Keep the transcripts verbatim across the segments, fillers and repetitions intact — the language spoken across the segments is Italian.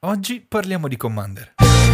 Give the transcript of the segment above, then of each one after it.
Oggi parliamo di Commander.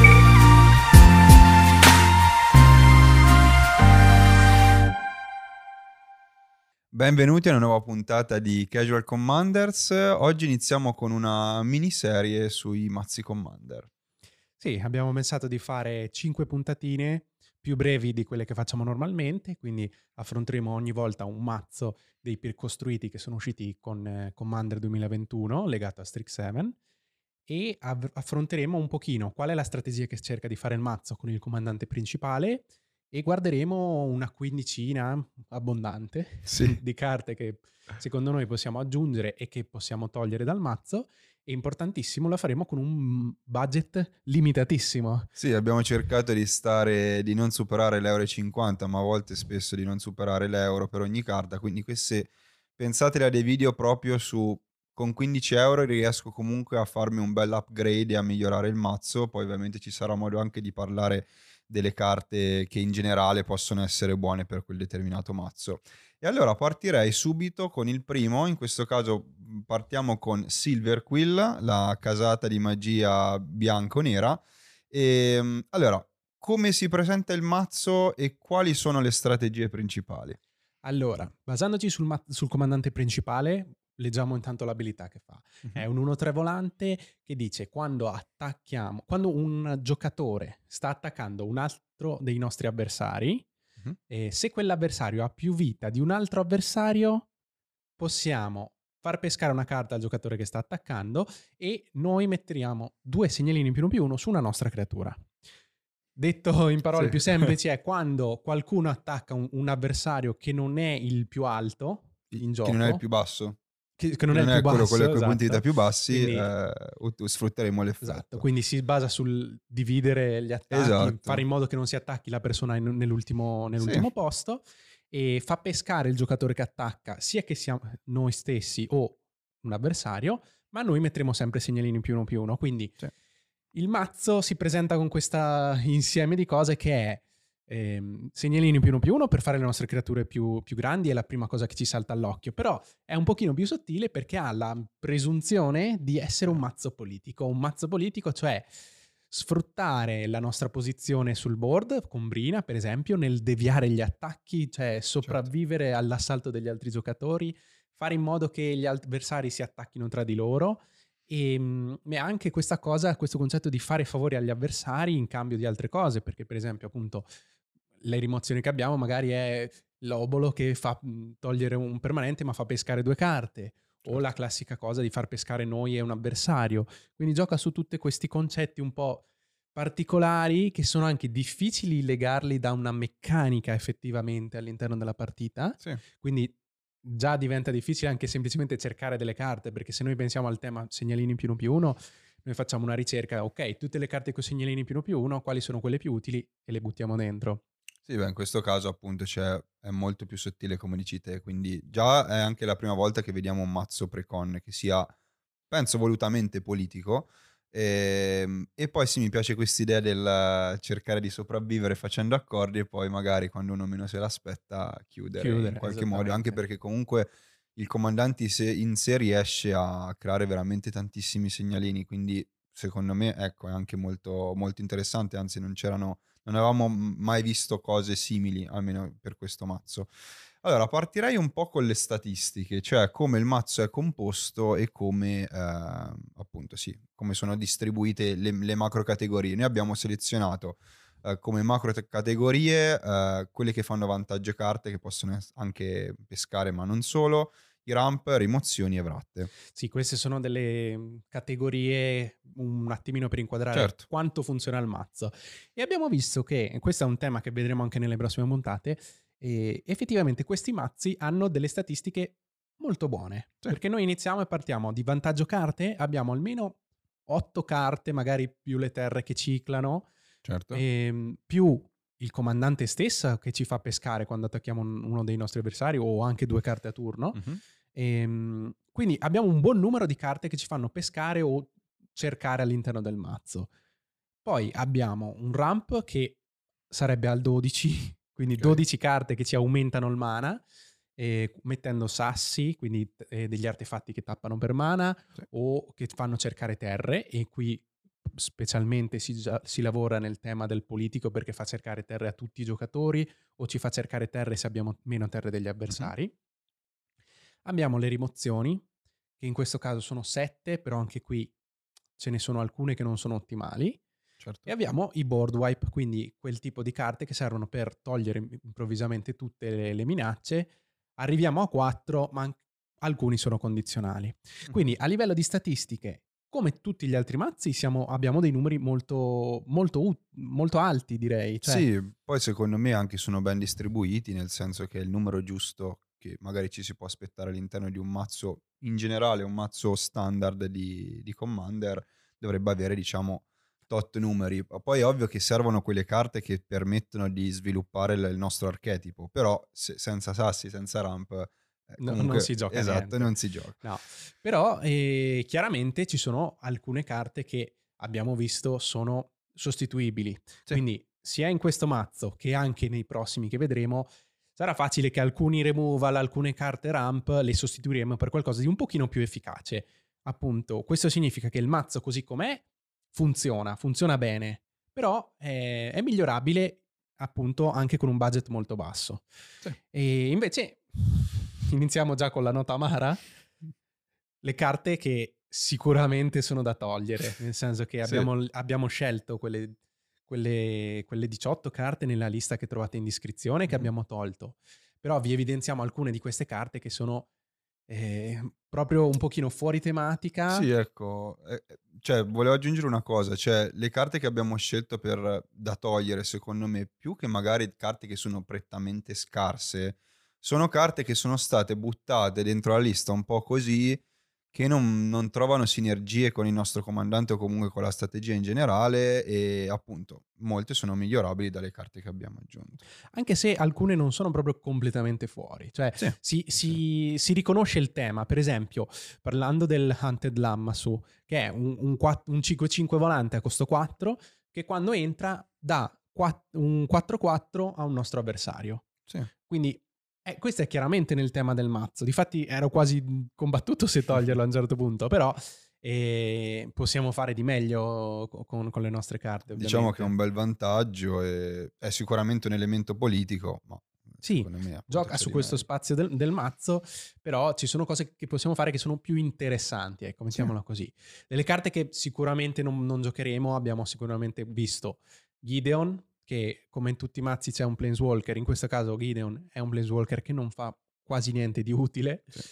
Benvenuti a una nuova puntata di Casual Commanders. Oggi iniziamo con una miniserie sui mazzi Commander. Sì, abbiamo pensato di fare cinque puntatine più brevi di quelle che facciamo normalmente, quindi affronteremo ogni volta un mazzo dei precostruiti che sono usciti con eh, Commander duemilaventuno legato a Strixhaven e av- affronteremo un pochino qual è la strategia che cerca di fare il mazzo con il comandante principale e guarderemo una quindicina abbondante Sì. di carte che secondo noi possiamo aggiungere e che possiamo togliere dal mazzo. E importantissimo, la faremo con un budget limitatissimo. Sì, abbiamo cercato di stare, di non superare l'euro e cinquanta, ma a volte spesso di non superare l'euro per ogni carta, quindi queste pensatele a dei video proprio su con quindici euro riesco comunque a farmi un bel upgrade e a migliorare il mazzo, poi ovviamente ci sarà modo anche di parlare delle carte che in generale possono essere buone per quel determinato mazzo. E allora partirei subito con il primo, in questo caso mh, partiamo con Silver Quill, la casata di magia bianco-nera. E, allora, come si presenta il mazzo e quali sono le strategie principali? Allora, basandoci sul, ma- sul comandante principale, leggiamo intanto l'abilità che fa. Mhm. È un uno tre volante che dice quando attacchiamo, quando un giocatore sta attaccando un altro dei nostri avversari, Mhm. e se quell'avversario ha più vita di un altro avversario, possiamo far pescare una carta al giocatore che sta attaccando e noi mettiamo due segnalini più uno più uno su una nostra creatura. Detto in parole Sì. più semplici è quando qualcuno attacca un, un avversario che non è il più alto in Che non è il gioco, più basso, che, che che non è non il più è quello con basso, i punti vita esatto. più bassi, Quindi, eh, ut- sfrutteremo esatto, l'effetto. quindi si basa sul dividere gli attacchi, Esatto. fare in modo che non si attacchi la persona in- nell'ultimo, nell'ultimo Sì. posto e fa pescare il giocatore che attacca, sia che sia noi stessi o un avversario, ma noi metteremo sempre segnalini più uno più uno. Quindi Sì. il mazzo si presenta con questo insieme di cose che è ehm, segnalini più uno più uno per fare le nostre creature più, più grandi, è la prima cosa che ci salta all'occhio, però è un pochino più sottile perché ha la presunzione di essere un mazzo politico, un mazzo politico cioè sfruttare la nostra posizione sul board, con Brina per esempio, nel deviare gli attacchi, cioè sopravvivere certo. all'assalto degli altri giocatori, fare in modo che gli avversari si attacchino tra di loro e, e anche questa cosa, questo concetto di fare favori agli avversari in cambio di altre cose, perché per esempio appunto le rimozioni che abbiamo magari è l'obolo che fa togliere un permanente ma fa pescare due carte, o la classica cosa di far pescare noi e un avversario. Quindi gioca su tutti questi concetti un po' particolari che sono anche difficili legarli da una meccanica effettivamente all'interno della partita. Sì. Quindi già diventa difficile anche semplicemente cercare delle carte, perché se noi pensiamo al tema segnalini più uno più uno, noi facciamo una ricerca, ok, tutte le carte con segnalini più uno più uno, quali sono quelle più utili e le buttiamo dentro. Sì, beh, in questo caso appunto c'è, è molto più sottile come dici te, quindi già è anche la prima volta che vediamo un mazzo precon che sia, penso, volutamente politico. Ehm, E, poi sì, mi piace quest'idea del cercare di sopravvivere facendo accordi e poi magari quando uno meno se l'aspetta chiudere in Chiudere, qualche modo, anche esattamente. perché comunque il comandante in sé, in sé riesce a creare veramente tantissimi segnalini, quindi secondo me ecco è anche molto, molto interessante, anzi non c'erano non avevamo mai visto cose simili, almeno per questo mazzo. Allora, partirei un po' con le statistiche, cioè come il mazzo è composto e come, ehm, appunto, sì, come sono distribuite le, le macro categorie. Noi abbiamo selezionato eh, come macro te- categorie eh, quelle che fanno vantaggio carte, che possono ess- anche pescare, ma non solo, i ramp, rimozioni e vratte. Sì, queste sono delle mh, categorie un attimino per inquadrare Certo, quanto funziona il mazzo. E abbiamo visto che, e questo è un tema che vedremo anche nelle prossime puntate, eh, effettivamente questi mazzi hanno delle statistiche molto buone. sì, Perché noi iniziamo e partiamo di vantaggio carte, abbiamo almeno otto carte, magari più le terre che ciclano, certo. ehm, più il comandante stessa che ci fa pescare quando attacchiamo un- uno dei nostri avversari o anche due carte a turno. Mhm. Ehm, quindi abbiamo un buon numero di carte che ci fanno pescare o cercare all'interno del mazzo. Poi abbiamo un ramp che sarebbe al dodici, quindi Ok, dodici carte che ci aumentano il mana, eh, mettendo sassi, quindi eh, degli artefatti che tappano per mana sì. o che fanno cercare terre, e qui specialmente si, già- si lavora nel tema del politico perché fa cercare terre a tutti i giocatori o ci fa cercare terre se abbiamo meno terre degli avversari. Abbiamo le rimozioni, che in questo caso sono sette, però anche qui ce ne sono alcune che non sono ottimali. Certo. E abbiamo i board wipe, quindi quel tipo di carte che servono per togliere improvvisamente tutte le, le minacce. Arriviamo a quattro, ma an- alcuni sono condizionali. Quindi a livello di statistiche, come tutti gli altri mazzi, siamo- abbiamo dei numeri molto, molto, ut- molto alti, direi. Cioè, Sì, poi secondo me anche sono ben distribuiti, nel senso che è il numero giusto che magari ci si può aspettare all'interno di un mazzo, in generale un mazzo standard di, di Commander dovrebbe avere, diciamo, tot numeri. Poi è ovvio che servono quelle carte che permettono di sviluppare il il nostro archetipo, però se- senza sassi, senza ramp, eh, no- non comunque si gioca esatto, niente. non si gioca. No, però eh, chiaramente ci sono alcune carte che abbiamo visto sono sostituibili. Sì. Quindi sia in questo mazzo che anche nei prossimi che vedremo, sarà facile che alcuni removal, alcune carte ramp le sostituiremo per qualcosa di un pochino più efficace. Appunto, questo significa che il mazzo così com'è funziona, funziona bene, però è, è migliorabile appunto anche con un budget molto basso. Sì. E invece iniziamo già con la nota amara. Le carte che sicuramente sono da togliere, nel senso che Sì. abbiamo, abbiamo scelto quelle, quelle, quelle diciotto carte nella lista che trovate in descrizione che Mhm. abbiamo tolto. Però vi evidenziamo alcune di queste carte che sono eh, proprio un pochino fuori tematica. Sì, ecco, eh, eh, cioè volevo aggiungere una cosa, cioè le carte che abbiamo scelto per da togliere, secondo me, più che magari carte che sono prettamente scarse, sono carte che sono state buttate dentro la lista un po' così, che non, non trovano sinergie con il nostro comandante o comunque con la strategia in generale e appunto molte sono migliorabili dalle carte che abbiamo aggiunto. Anche se alcune non sono proprio completamente fuori. Cioè Sì, si, sì. si- si riconosce il tema. Per esempio, parlando del Hunted Lammasu, che è un, un, quatt- un cinque cinque volante a costo quattro, che quando entra dà quatt- un quattro quattro a un nostro avversario. Sì. Quindi eh, questo è chiaramente nel tema del mazzo. Difatti ero quasi combattuto se toglierlo a un certo punto, però eh, possiamo fare di meglio co- con, con le nostre carte. Diciamo Ovviamente. che è un bel vantaggio e è sicuramente un elemento politico, ma Sì, secondo me appunto gioca c'è su di questo meglio. spazio del, del mazzo, però ci sono cose che possiamo fare che sono più interessanti, ecco, Sì. mettiamola così. Delle carte che sicuramente non, non giocheremo, abbiamo sicuramente visto Gideon, che come in tutti i mazzi c'è un Planeswalker, in questo caso Gideon è un Planeswalker che non fa quasi niente di utile, Sì.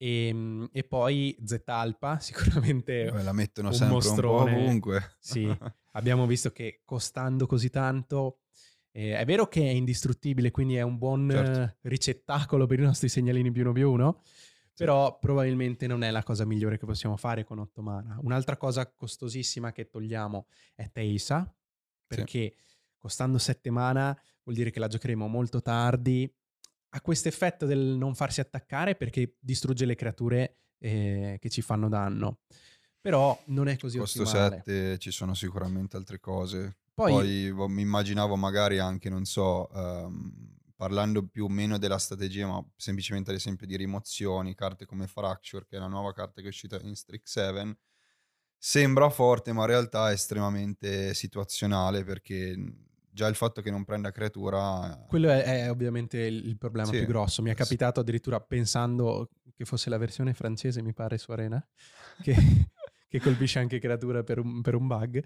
e, e poi Z-Alpha, sicuramente Vabbè, la mettono un sempre mostrone. un po' ovunque. Sì, abbiamo visto che costando così tanto... Eh, è vero che è indistruttibile, quindi è un buon Certo. eh, ricettacolo per i nostri segnalini più uno più uno, Sì. però probabilmente non è la cosa migliore che possiamo fare con otto mana. Un'altra cosa costosissima che togliamo è Teisa, perché costando sette mana vuol dire che la giocheremo molto tardi. Ha questo effetto del non farsi attaccare perché distrugge le creature eh, che ci fanno danno. Però non è così Costo ottimale. sette ci sono sicuramente altre cose. Poi, Poi vo- mi immaginavo magari anche, non so, ehm, parlando più o meno della strategia, ma semplicemente ad esempio di rimozioni, carte come Fracture, che è la nuova carta che è uscita in Strix sette, sembra forte ma in realtà è estremamente situazionale perché mh, già il fatto che non prenda creatura... quello è, è ovviamente il, il problema Sì, più grosso. Mi è s- capitato addirittura pensando che fosse la versione francese, mi pare, su Arena, che, che colpisce anche creature per un, per un bug.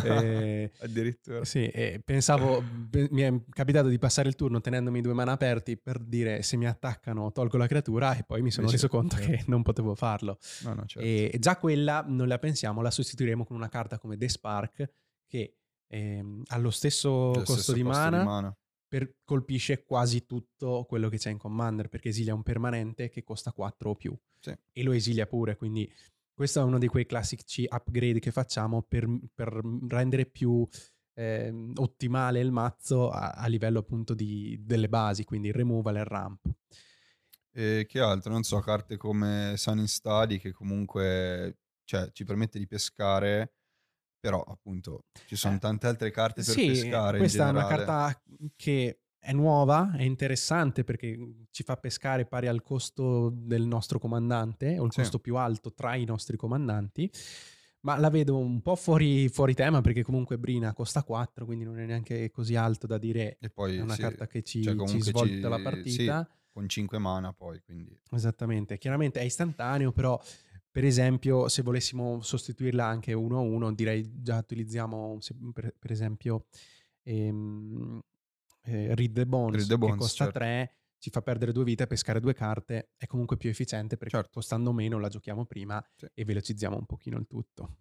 Eh, Addirittura. sì, e pensavo, be- mi è capitato di passare il turno tenendomi due mana aperti per dire se mi attaccano tolgo la creatura e poi mi sono Invece, reso conto certo. che non potevo farlo. No, no, certo. E già quella non la pensiamo, la sostituiremo con una carta come The Spark che ehm, ha lo stesso Lo costo stesso di costo mana, di mana. per, colpisce quasi tutto quello che c'è in Commander perché esilia un permanente che costa quattro o più Sì. e lo esilia pure, quindi questo è uno di quei classici upgrade che facciamo per, per rendere più ehm, ottimale il mazzo a, a livello appunto di, delle basi, quindi il removal e il ramp. E che altro? Non so, carte come Sunny Study che comunque cioè, ci permette di pescare, però appunto ci sono Eh, tante altre carte per sì, pescare in questa è una generale. carta che è nuova, è interessante perché ci fa pescare pari al costo del nostro comandante o il Sì. costo più alto tra i nostri comandanti, Ma la vedo un po' fuori, fuori tema perché comunque Brina costa quattro, quindi non è neanche così alto da dire E è poi una sì, carta che ci, cioè ci comunque svolta la ci, sì, partita. con cinque mana poi, quindi Esattamente, chiaramente è istantaneo, però per esempio se volessimo sostituirla anche uno a uno, direi già utilizziamo se- per, per esempio ehm, eh, Read the Read Bones the che Bones, costa certo. tre, ci fa perdere due vite, pescare due carte è comunque più efficiente perché Certo. costando meno la giochiamo prima Sì. e velocizziamo un pochino il tutto.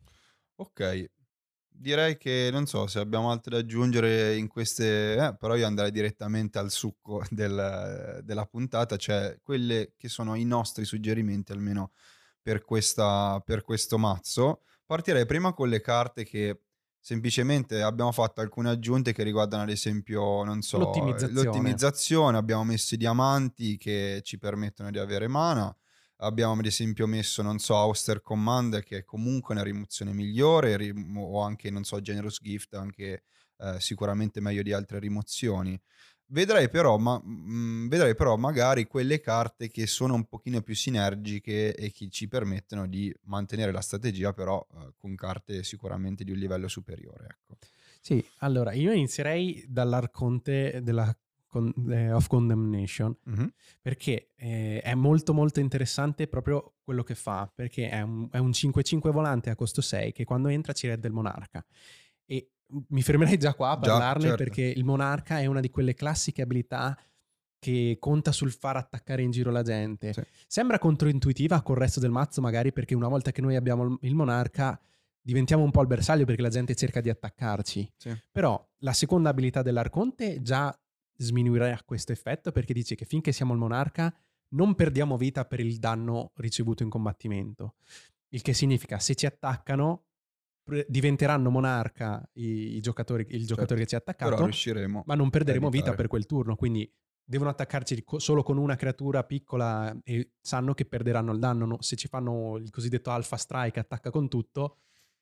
Ok, direi che non so se abbiamo altro da aggiungere in queste, eh, però io andrei direttamente al succo del- della puntata, cioè quelle che sono i nostri suggerimenti almeno per, questa, per questo mazzo. Partirei prima con le carte che semplicemente abbiamo fatto alcune aggiunte che riguardano ad esempio, non so, L'ottimizzazione. l'ottimizzazione, abbiamo messo i diamanti che ci permettono di avere mana. Abbiamo ad esempio messo, non so, Auster Command che è comunque una rimozione migliore, rim- o anche, non so, Generous Gift, anche eh, sicuramente meglio di altre rimozioni. Vedrei però, ma, mm, vedrei però magari quelle carte che sono un pochino più sinergiche e che ci permettono di mantenere la strategia, però eh, con carte sicuramente di un livello superiore. Ecco. Sì, allora io inizierei dall'Arconte della con- eh, of Condemnation Mhm. perché eh, è molto molto interessante proprio quello che fa, perché è un, è un cinque cinque volante a costo sei che quando entra ci redde il monarca. E mi fermerei già qua a Già, parlarne certo. perché il monarca è una di quelle classiche abilità che conta sul far attaccare in giro la gente. Sì. Sembra controintuitiva col resto del mazzo magari perché una volta che noi abbiamo il- il monarca diventiamo un po' il bersaglio perché la gente cerca di attaccarci. Sì. Però la seconda abilità dell'Arconte già sminuirà questo effetto perché dice che finché siamo il monarca non perdiamo vita per il danno ricevuto in combattimento. Il che significa se ci attaccano pre- diventeranno monarca i, i giocatori, il giocatore Certo. che ci ha Però attaccato, riusciremo ma non perderemo a vita evitare. per quel turno. Quindi devono attaccarci co- solo con una creatura piccola e sanno che perderanno il danno. No? Se ci fanno il cosiddetto Alpha Strike, attacca con tutto,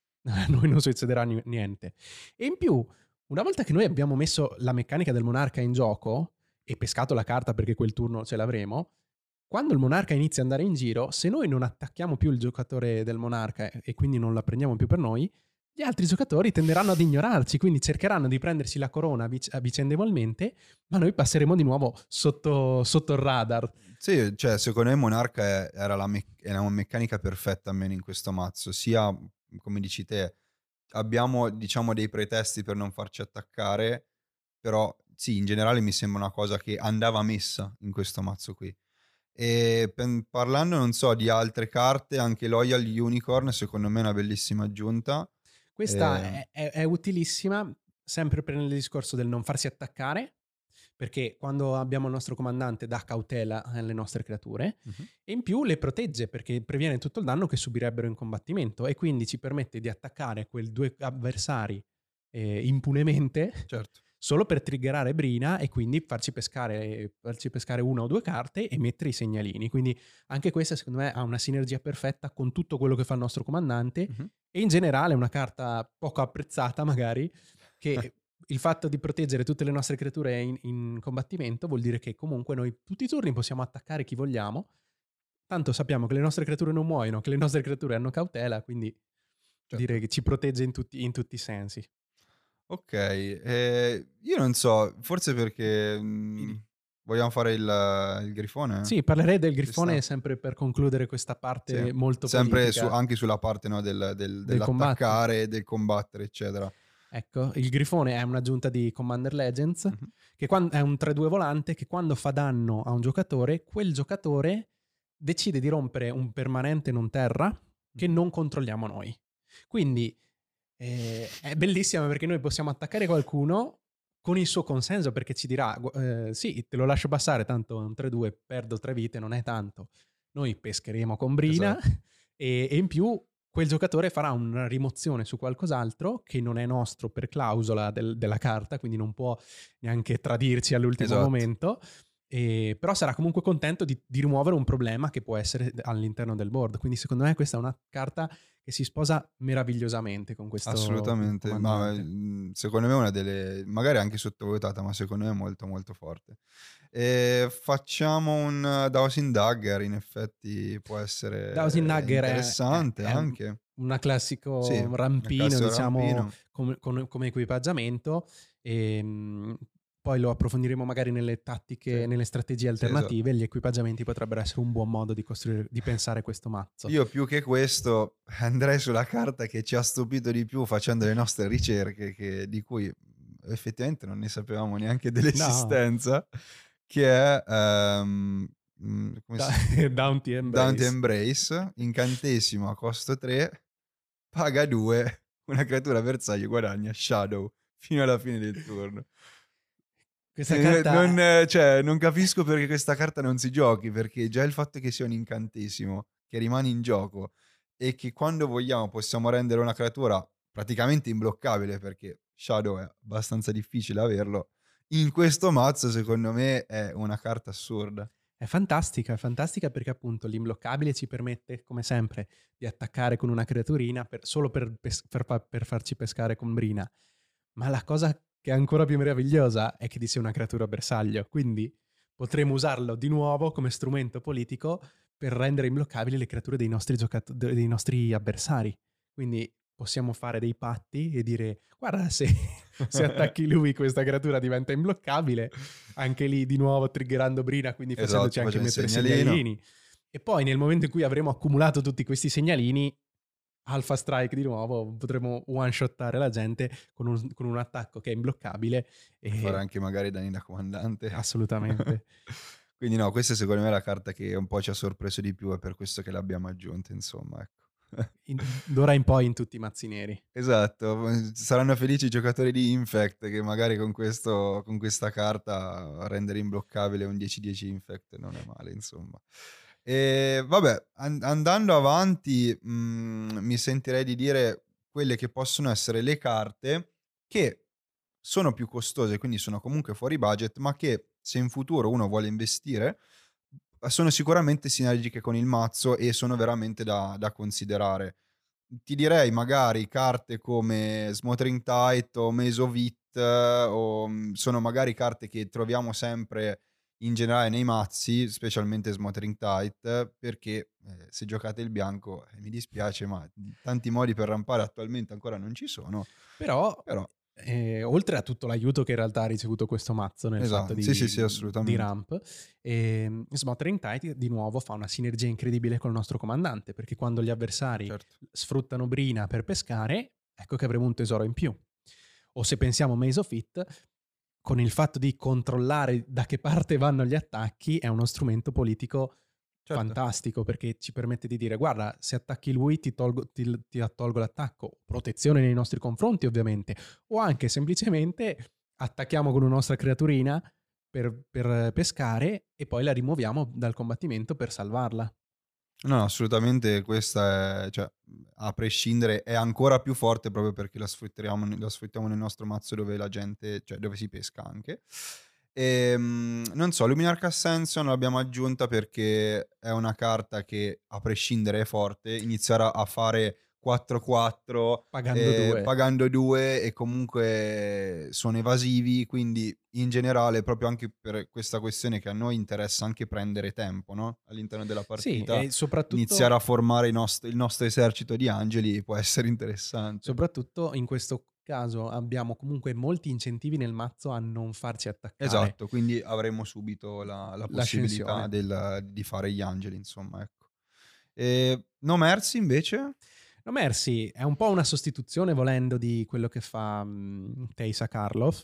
a noi non succederà ni- niente. E in più, una volta che noi abbiamo messo la meccanica del monarca in gioco e pescato la carta perché quel turno ce l'avremo, quando il monarca inizia ad andare in giro, se noi non attacchiamo più il giocatore del monarca e e quindi non la prendiamo più per noi, gli altri giocatori tenderanno ad ignorarci, quindi cercheranno di prendersi la corona vic- vicendevolmente, ma noi passeremo di nuovo sotto, sotto il radar. Sì, cioè secondo me Monarca è- era, la me- era una meccanica perfetta almeno in questo mazzo, sia come dici te, abbiamo diciamo dei pretesti per non farci attaccare, però sì, in generale mi sembra una cosa che andava messa in questo mazzo qui. E pen- parlando, non so, di altre carte, anche Loyal Unicorn secondo me è una bellissima aggiunta. Questa Eh, è, è- è utilissima sempre per il discorso del non farsi attaccare, perché quando abbiamo il nostro comandante dà cautela alle nostre creature mhm, e in più le protegge perché previene tutto il danno che subirebbero in combattimento e quindi ci permette di attaccare quei due avversari eh, impunemente certo, solo per triggerare Brina e quindi farci pescare, farci pescare una o due carte e mettere i segnalini. Quindi anche questa secondo me ha una sinergia perfetta con tutto quello che fa il nostro comandante mhm, e in generale è una carta poco apprezzata magari, che il fatto di proteggere tutte le nostre creature in, in combattimento vuol dire che comunque noi tutti i turni possiamo attaccare chi vogliamo, tanto sappiamo che le nostre creature non muoiono, che le nostre creature hanno cautela, quindi certo. direi che ci protegge in tutti, in tutti i sensi. Ok, eh, io non so, forse perché Dimmi. mh, vogliamo fare il, il grifone? Sì, parlerei del Ci sta? grifone sempre per concludere questa Sì, parte molto sempre su- politica anche sulla parte no, del- del- del combattere. dell'attaccare, del combattere, eccetera. Ecco, il grifone è un'aggiunta di Commander Legends, Mhm. che quan- è un tre due volante che quando fa danno a un giocatore, quel giocatore decide di rompere un permanente non terra che non controlliamo noi. Quindi eh, è bellissima perché noi possiamo attaccare qualcuno con il suo consenso perché ci dirà "Gu- eh, sì, te lo lascio passare, tanto è un tre due, perdo tre vite, non è tanto. Noi pescheremo con Brina Esatto. e, e in più quel giocatore farà una rimozione su qualcos'altro che non è nostro per clausola del- della carta, quindi non può neanche tradirci all'ultimo Esatto. momento. E, però sarà comunque contento di, di rimuovere un problema che può essere all'interno del board. Quindi secondo me questa è una carta che si sposa meravigliosamente con questo Assolutamente, ma comandante. mh, secondo me è una delle, magari anche sottovalutata, ma secondo me è molto molto forte. E facciamo un Dowsing Dagger, in effetti può Dowsing essere Dagger è, è, interessante è anche. una Sì, classico una rampino, classe diciamo, rampino. come, con- come equipaggiamento. E, mh, poi lo approfondiremo magari nelle tattiche, Sì, nelle strategie sì, esatto. alternative. Gli equipaggiamenti potrebbero essere un buon modo di costruire, di pensare questo mazzo. Io più che questo andrei sulla carta che ci ha stupito di più facendo le nostre ricerche, che, di cui mh, effettivamente non ne sapevamo neanche No, dell'esistenza, che è ehm, mh, come da- si scrive? Bounty Dante Embrace. Embrace, incantesimo a costo tre, paga due, una creatura bersaglio guadagna Shadow fino alla fine del turno. Questa Eh, non, carta eh, cioè, non capisco perché questa carta non si giochi, perché già il fatto che sia un incantesimo che rimane in gioco e che quando vogliamo possiamo rendere una creatura praticamente imbloccabile, perché Shadow è abbastanza difficile averlo, in questo mazzo secondo me è una carta assurda. è fantastica, è fantastica perché appunto l'imbloccabile ci permette, come sempre, di attaccare con una creaturina per- solo per, pes- per fa- per farci pescare con Brina. Ma la cosa che è ancora più meravigliosa è che di sia una creatura bersaglio, quindi potremo usarlo di nuovo come strumento politico per rendere imbloccabili le creature dei nostri, giocato- dei nostri avversari. Quindi possiamo fare dei patti e dire, guarda, se, se attacchi lui questa creatura diventa imbloccabile, anche lì di nuovo triggerando Brina, quindi facendoci Esatto, anche faccio il mettere segnalino. segnalini. E poi nel momento in cui avremo accumulato tutti questi segnalini, Alpha Strike di nuovo, potremo one-shottare la gente con un, con un attacco che è imbloccabile. E fare E anche magari danni da comandante. assolutamente. Quindi no, questa secondo me è la carta che un po' ci ha sorpreso di più, è per questo che l'abbiamo aggiunta, insomma, ecco. In- d'ora in poi in tutti i mazzi neri. Esatto, saranno felici i giocatori di Infect che magari con questo con questa carta rendere imbloccabile un dieci dieci Infect non è male, insomma. Ehm, vabbè, an andando avanti, mhmm, mi sentirei di dire quelle che possono essere le carte che sono più costose, quindi sono comunque fuori budget, ma che se in futuro uno vuole investire, sono sicuramente sinergiche con il mazzo e sono veramente da da considerare. Ti direi magari carte come Smothering Tide o Maze of It o, mhmm, sono magari carte che troviamo sempre in generale nei mazzi, specialmente Smothering Tide, perché, ehm, se giocate il bianco, eh, mi dispiace ma, mhmm, tanti modi per rampare attualmente ancora non ci sono, Però, però eh, oltre a tutto l'aiuto che in realtà ha ricevuto questo mazzo nel fatto esa sì, sì, di, sì, di assolutamente. ramp, ehm, Smothering Tide di nuovo fa una sinergia incredibile col nostro comandante, perché quando gli avversari Certo. sfruttano Brina per pescare, ecco che avremo un tesoro in più. O se pensiamo a Maze of It, con il fatto di controllare da che parte vanno gli attacchi, è uno strumento politico Certo. fantastico perché ci permette di dire guarda, se attacchi lui ti tolgo, ti, ti tolgo l'attacco, protezione nei nostri confronti ovviamente, o anche semplicemente attacchiamo con una nostra creaturina per, per pescare e poi la rimuoviamo dal combattimento per salvarla. No, assolutamente questa è cioè, mhmm, a prescindere è ancora più forte proprio perché la sfrutteriamo ne la sfruttiamo nel nostro mazzo dove la gente cioè dove si pesca anche. Ehm, non so, Luminarch Ascension l'abbiamo aggiunta perché è una carta che a prescindere è forte, iniziare a a fare quattro quattro, Pagando ehm, due. pagando due e comunque sono evasivi, quindi in generale proprio anche per questa questione che a noi interessa anche prendere tempo, no, all'interno della Sì, partita, e soprattutto iniziare a formare i nost il nostro esercito di angeli può essere interessante. Soprattutto in questo caso abbiamo comunque molti incentivi nel mazzo a non farci attaccare. Esatto, quindi avremo subito la la possibilità L'ascensione. del di fare gli angeli, insomma, ecco. Ehm, No Mercy invece? No Mercy è un po' una sostituzione volendo di quello che fa mh, Teisa Karlov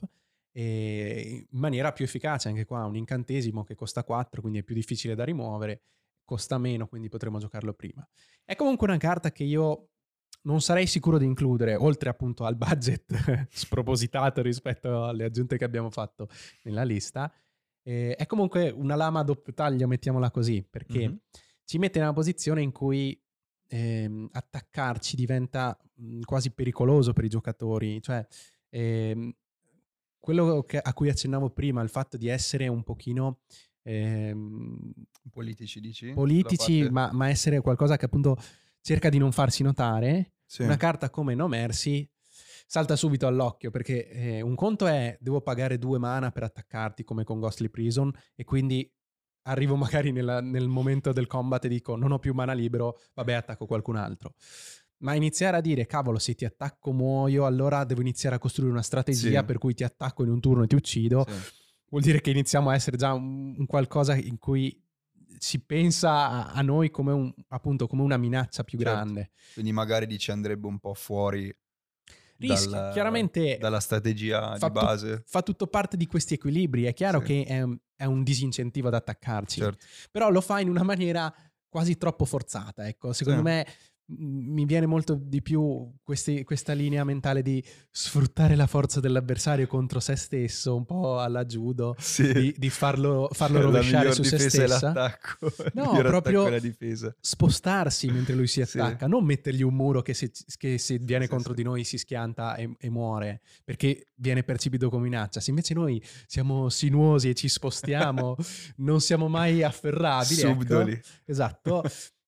e in maniera più efficace anche qua, un incantesimo che costa quattro, quindi è più difficile da rimuovere, costa meno, quindi potremo giocarlo prima. È comunque una carta che io non sarei sicuro di includere, oltre appunto al budget spropositato rispetto alle aggiunte che abbiamo fatto nella lista. Eh, è comunque una lama a doppio taglio, mettiamola così, Mh-mh. perché ci mette in una posizione in cui ehm, attaccarci diventa mh, quasi pericoloso per i giocatori. Cioè, ehm, quello che- a cui accennavo prima, il fatto di essere un pochino ehm, Politici dici? Sulla politici, parte... ma, ma essere qualcosa che appunto cerca di non farsi notare, Sì, una carta come No Mercy salta subito all'occhio, perché eh, un conto è devo pagare due mana per attaccarti come con Ghostly Prison, e quindi arrivo magari nella- nel momento del combat e dico non ho più mana libero, vabbè, attacco qualcun altro. Ma iniziare a dire cavolo, se ti attacco muoio, allora devo iniziare a costruire una strategia sì, per cui ti attacco in un turno e ti uccido, sì. vuol dire che iniziamo a essere già un, un qualcosa in cui si pensa a, a noi come un, appunto come una minaccia più Certo. grande. Quindi magari dici andrebbe un po' fuori Rischia, dal- chiaramente dalla strategia di fa, tut- base. fa tutto parte di questi equilibri. È chiaro Sì, che è, un- è un disincentivo ad attaccarci, certo. però lo fa in una maniera quasi troppo forzata. Ecco, Sì. secondo me mh, mi viene molto di più questi- questa linea mentale di sfruttare la forza dell'avversario contro se stesso, un po' alla judo, Sì. di, di farlo, farlo Cioè, la rovesciare miglior su se difesa è stessa. l'attacco. Il No, miglior attacco è proprio la difesa. spostarsi mentre lui si Sì. attacca, non mettergli un muro che se, che se viene sì, contro sì. di noi si schianta e, e muore, perché viene percepito come minaccia. Se invece noi siamo sinuosi e ci spostiamo, non siamo mai afferrabili, Subdoli. ecco, esatto,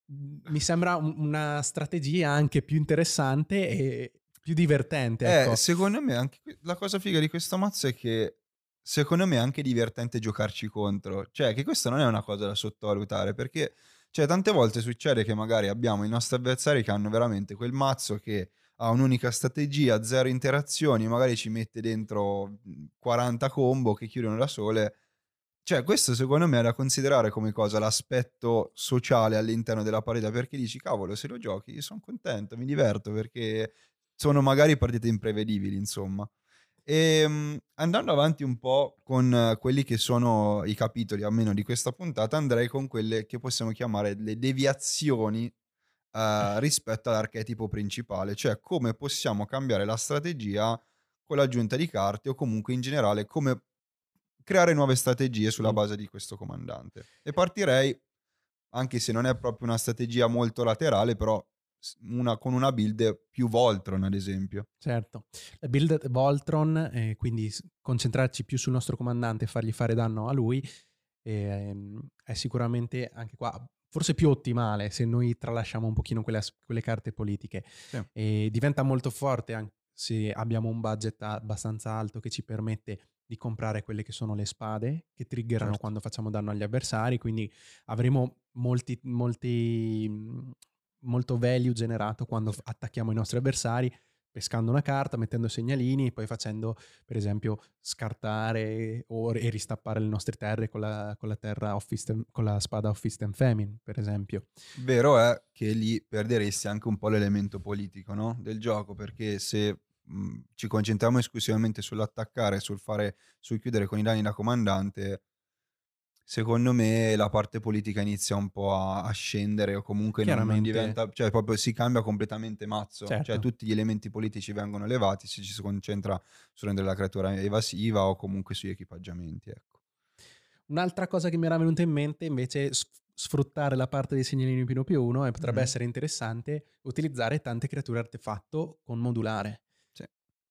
mi sembra un- una strategia anche più interessante e più divertente, Eh, ecco. secondo me anche que- la cosa figa di questo mazzo è che secondo me è anche divertente giocarci contro. Cioè, che questa non è una cosa da sottovalutare, perché cioè, tante volte succede che magari abbiamo i nostri avversari che hanno veramente quel mazzo che ha un'unica strategia, zero interazioni, magari ci mette dentro mh, quaranta combo che chiudono da sole. Cioè, questo secondo me è da considerare come cosa, l'aspetto sociale all'interno della partita, perché dici, cavolo, se lo giochi, io sono contento, mi diverto, perché sono magari partite imprevedibili, insomma. Ehm, andando avanti un po' con eh, quelli che sono i capitoli, almeno di questa puntata, andrei con quelle che possiamo chiamare le deviazioni eh, rispetto all'archetipo principale, cioè come possiamo cambiare la strategia con l'aggiunta di carte o comunque in generale come creare nuove strategie sulla Mm. base di questo comandante. E partirei, anche se non è proprio una strategia molto laterale, però s- una- con una build più Voltron, ad esempio. Certo, la build Voltron, eh, quindi s- concentrarci più sul nostro comandante e fargli fare danno a lui, ehm, è sicuramente anche qua forse più ottimale se noi tralasciamo un pochino quelle, as- quelle carte politiche. Sì. E diventa molto forte anche se abbiamo un budget abbastanza alto che ci permette di comprare quelle che sono le spade che triggerano Certo. quando facciamo danno agli avversari, quindi avremo molti, molti, mh, molto value generato quando Sì. f- attacchiamo i nostri avversari, pescando una carta, mettendo segnalini e poi facendo, per esempio, scartare o, e ristappare le nostre terre con la, con la, terra of Fist and- con la spada of Fist and Famine, per esempio. Vero è che lì perderesti anche un po' l'elemento politico, no, del gioco, perché se, mhmm, ci concentriamo esclusivamente sull'attaccare, sul fare sul chiudere con i danni da comandante, secondo me la parte politica inizia un po' a a scendere o comunque non non Chiaramente, diventa, cioè proprio si cambia completamente mazzo. Cioè certo. tutti gli elementi politici vengono levati, se ci si concentra su rendere la creatura evasiva o comunque sugli equipaggiamenti, ecco. Un'altra cosa che mi era venuta in mente invece è s- sfruttare la parte dei segnalini più uno più uno, e potrebbe Mh-mh. essere interessante utilizzare tante creature artefatto con modulare. Sì,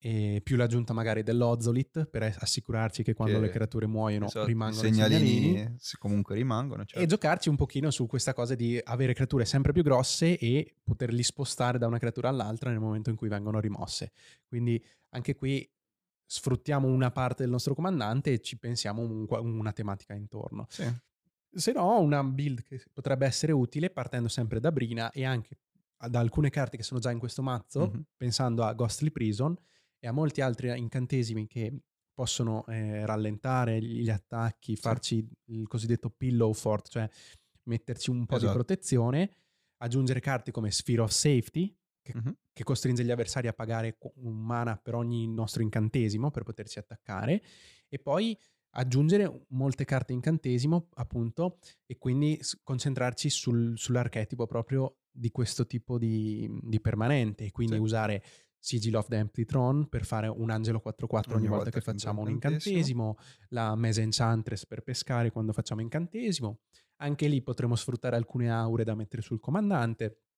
E più l'aggiunta magari dell'Ozolit per es- assicurarci che quando le che creature muoiono esatto, i rimangono i segnalini, segnalini s comunque rimangono, e certo. giocarci un pochino su questa cosa di avere creature sempre più grosse e poterli spostare da una creatura all'altra nel momento in cui vengono rimosse. Quindi anche qui sfruttiamo una parte del nostro comandante e ci pensiamo un qua- una tematica intorno. Sì. Se no, una build che potrebbe essere utile partendo sempre da Brina e anche da alcune carte che sono già in questo mazzo, Mh-mh. pensando a Ghostly Prison e a molti altri incantesimi che possono eh, rallentare gli attacchi, Sì, farci il cosiddetto pillow fort, cioè metterci un po' di esatto. protezione, aggiungere carte come Sphere of Safety, che, Mh-mh. che costringe gli avversari a pagare qu- un mana per ogni nostro incantesimo per poterci attaccare, e poi aggiungere molte carte incantesimo, appunto, e quindi s- concentrarci sul- sull'archetipo proprio di questo tipo di, di permanente, e quindi Sì, usare Sigil of the Empty Throne per fare un angelo quattro quattro ogni ogni volta volta che che entra un facciamo un incantesimo. incantesimo, la Mesa Enchantress per pescare quando facciamo incantesimo. Anche lì potremo sfruttare alcune aure da mettere sul comandante.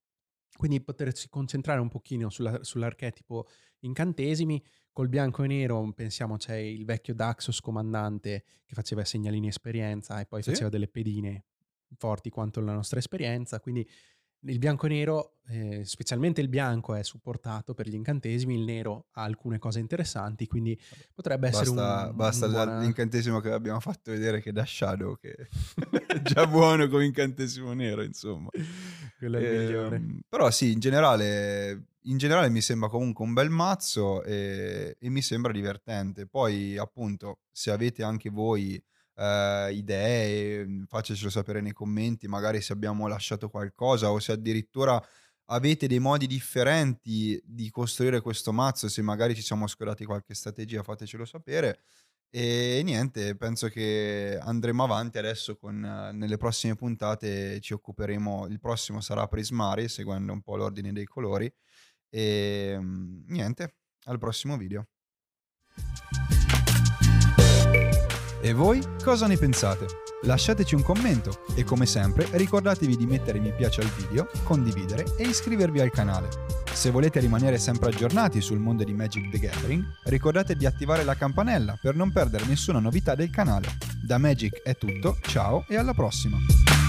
Quindi potersi concentrare un pochino sulla, sull'archetipo incantesimi. Col bianco e nero pensiamo c'è il vecchio Daxos comandante che faceva segnalini esperienza e poi Sì. faceva delle pedine forti quanto la nostra esperienza, quindi il bianco e nero, eh, specialmente il bianco è supportato per gli incantesimi, il nero ha alcune cose interessanti, quindi potrebbe essere Basta, un, basta un già buona... l'incantesimo che abbiamo fatto vedere che da Shadow, che è già buono come incantesimo nero, insomma. Quello è il migliore. Ehm, però sì, in generale, in generale mi sembra comunque un bel mazzo e, e mi sembra divertente. Poi appunto, se avete anche voi eh, idee, mh, fatecelo sapere nei commenti, magari se abbiamo lasciato qualcosa o se addirittura avete dei modi differenti di costruire questo mazzo, se magari ci siamo scordati qualche strategia, fatecelo sapere. E niente, penso che andremo avanti adesso con eh, nelle prossime puntate ci occuperemo, il prossimo sarà Prismari, seguendo un po' l'ordine dei colori. E mm, niente, al prossimo video. E voi cosa ne pensate? Lasciateci un commento e come sempre ricordatevi di mettere mi piace al video, condividere e iscrivervi al canale. Se volete rimanere sempre aggiornati sul mondo di Magic the Gathering, ricordate di attivare la campanella per non perdere nessuna novità del canale. Da Magic è tutto, ciao e alla prossima!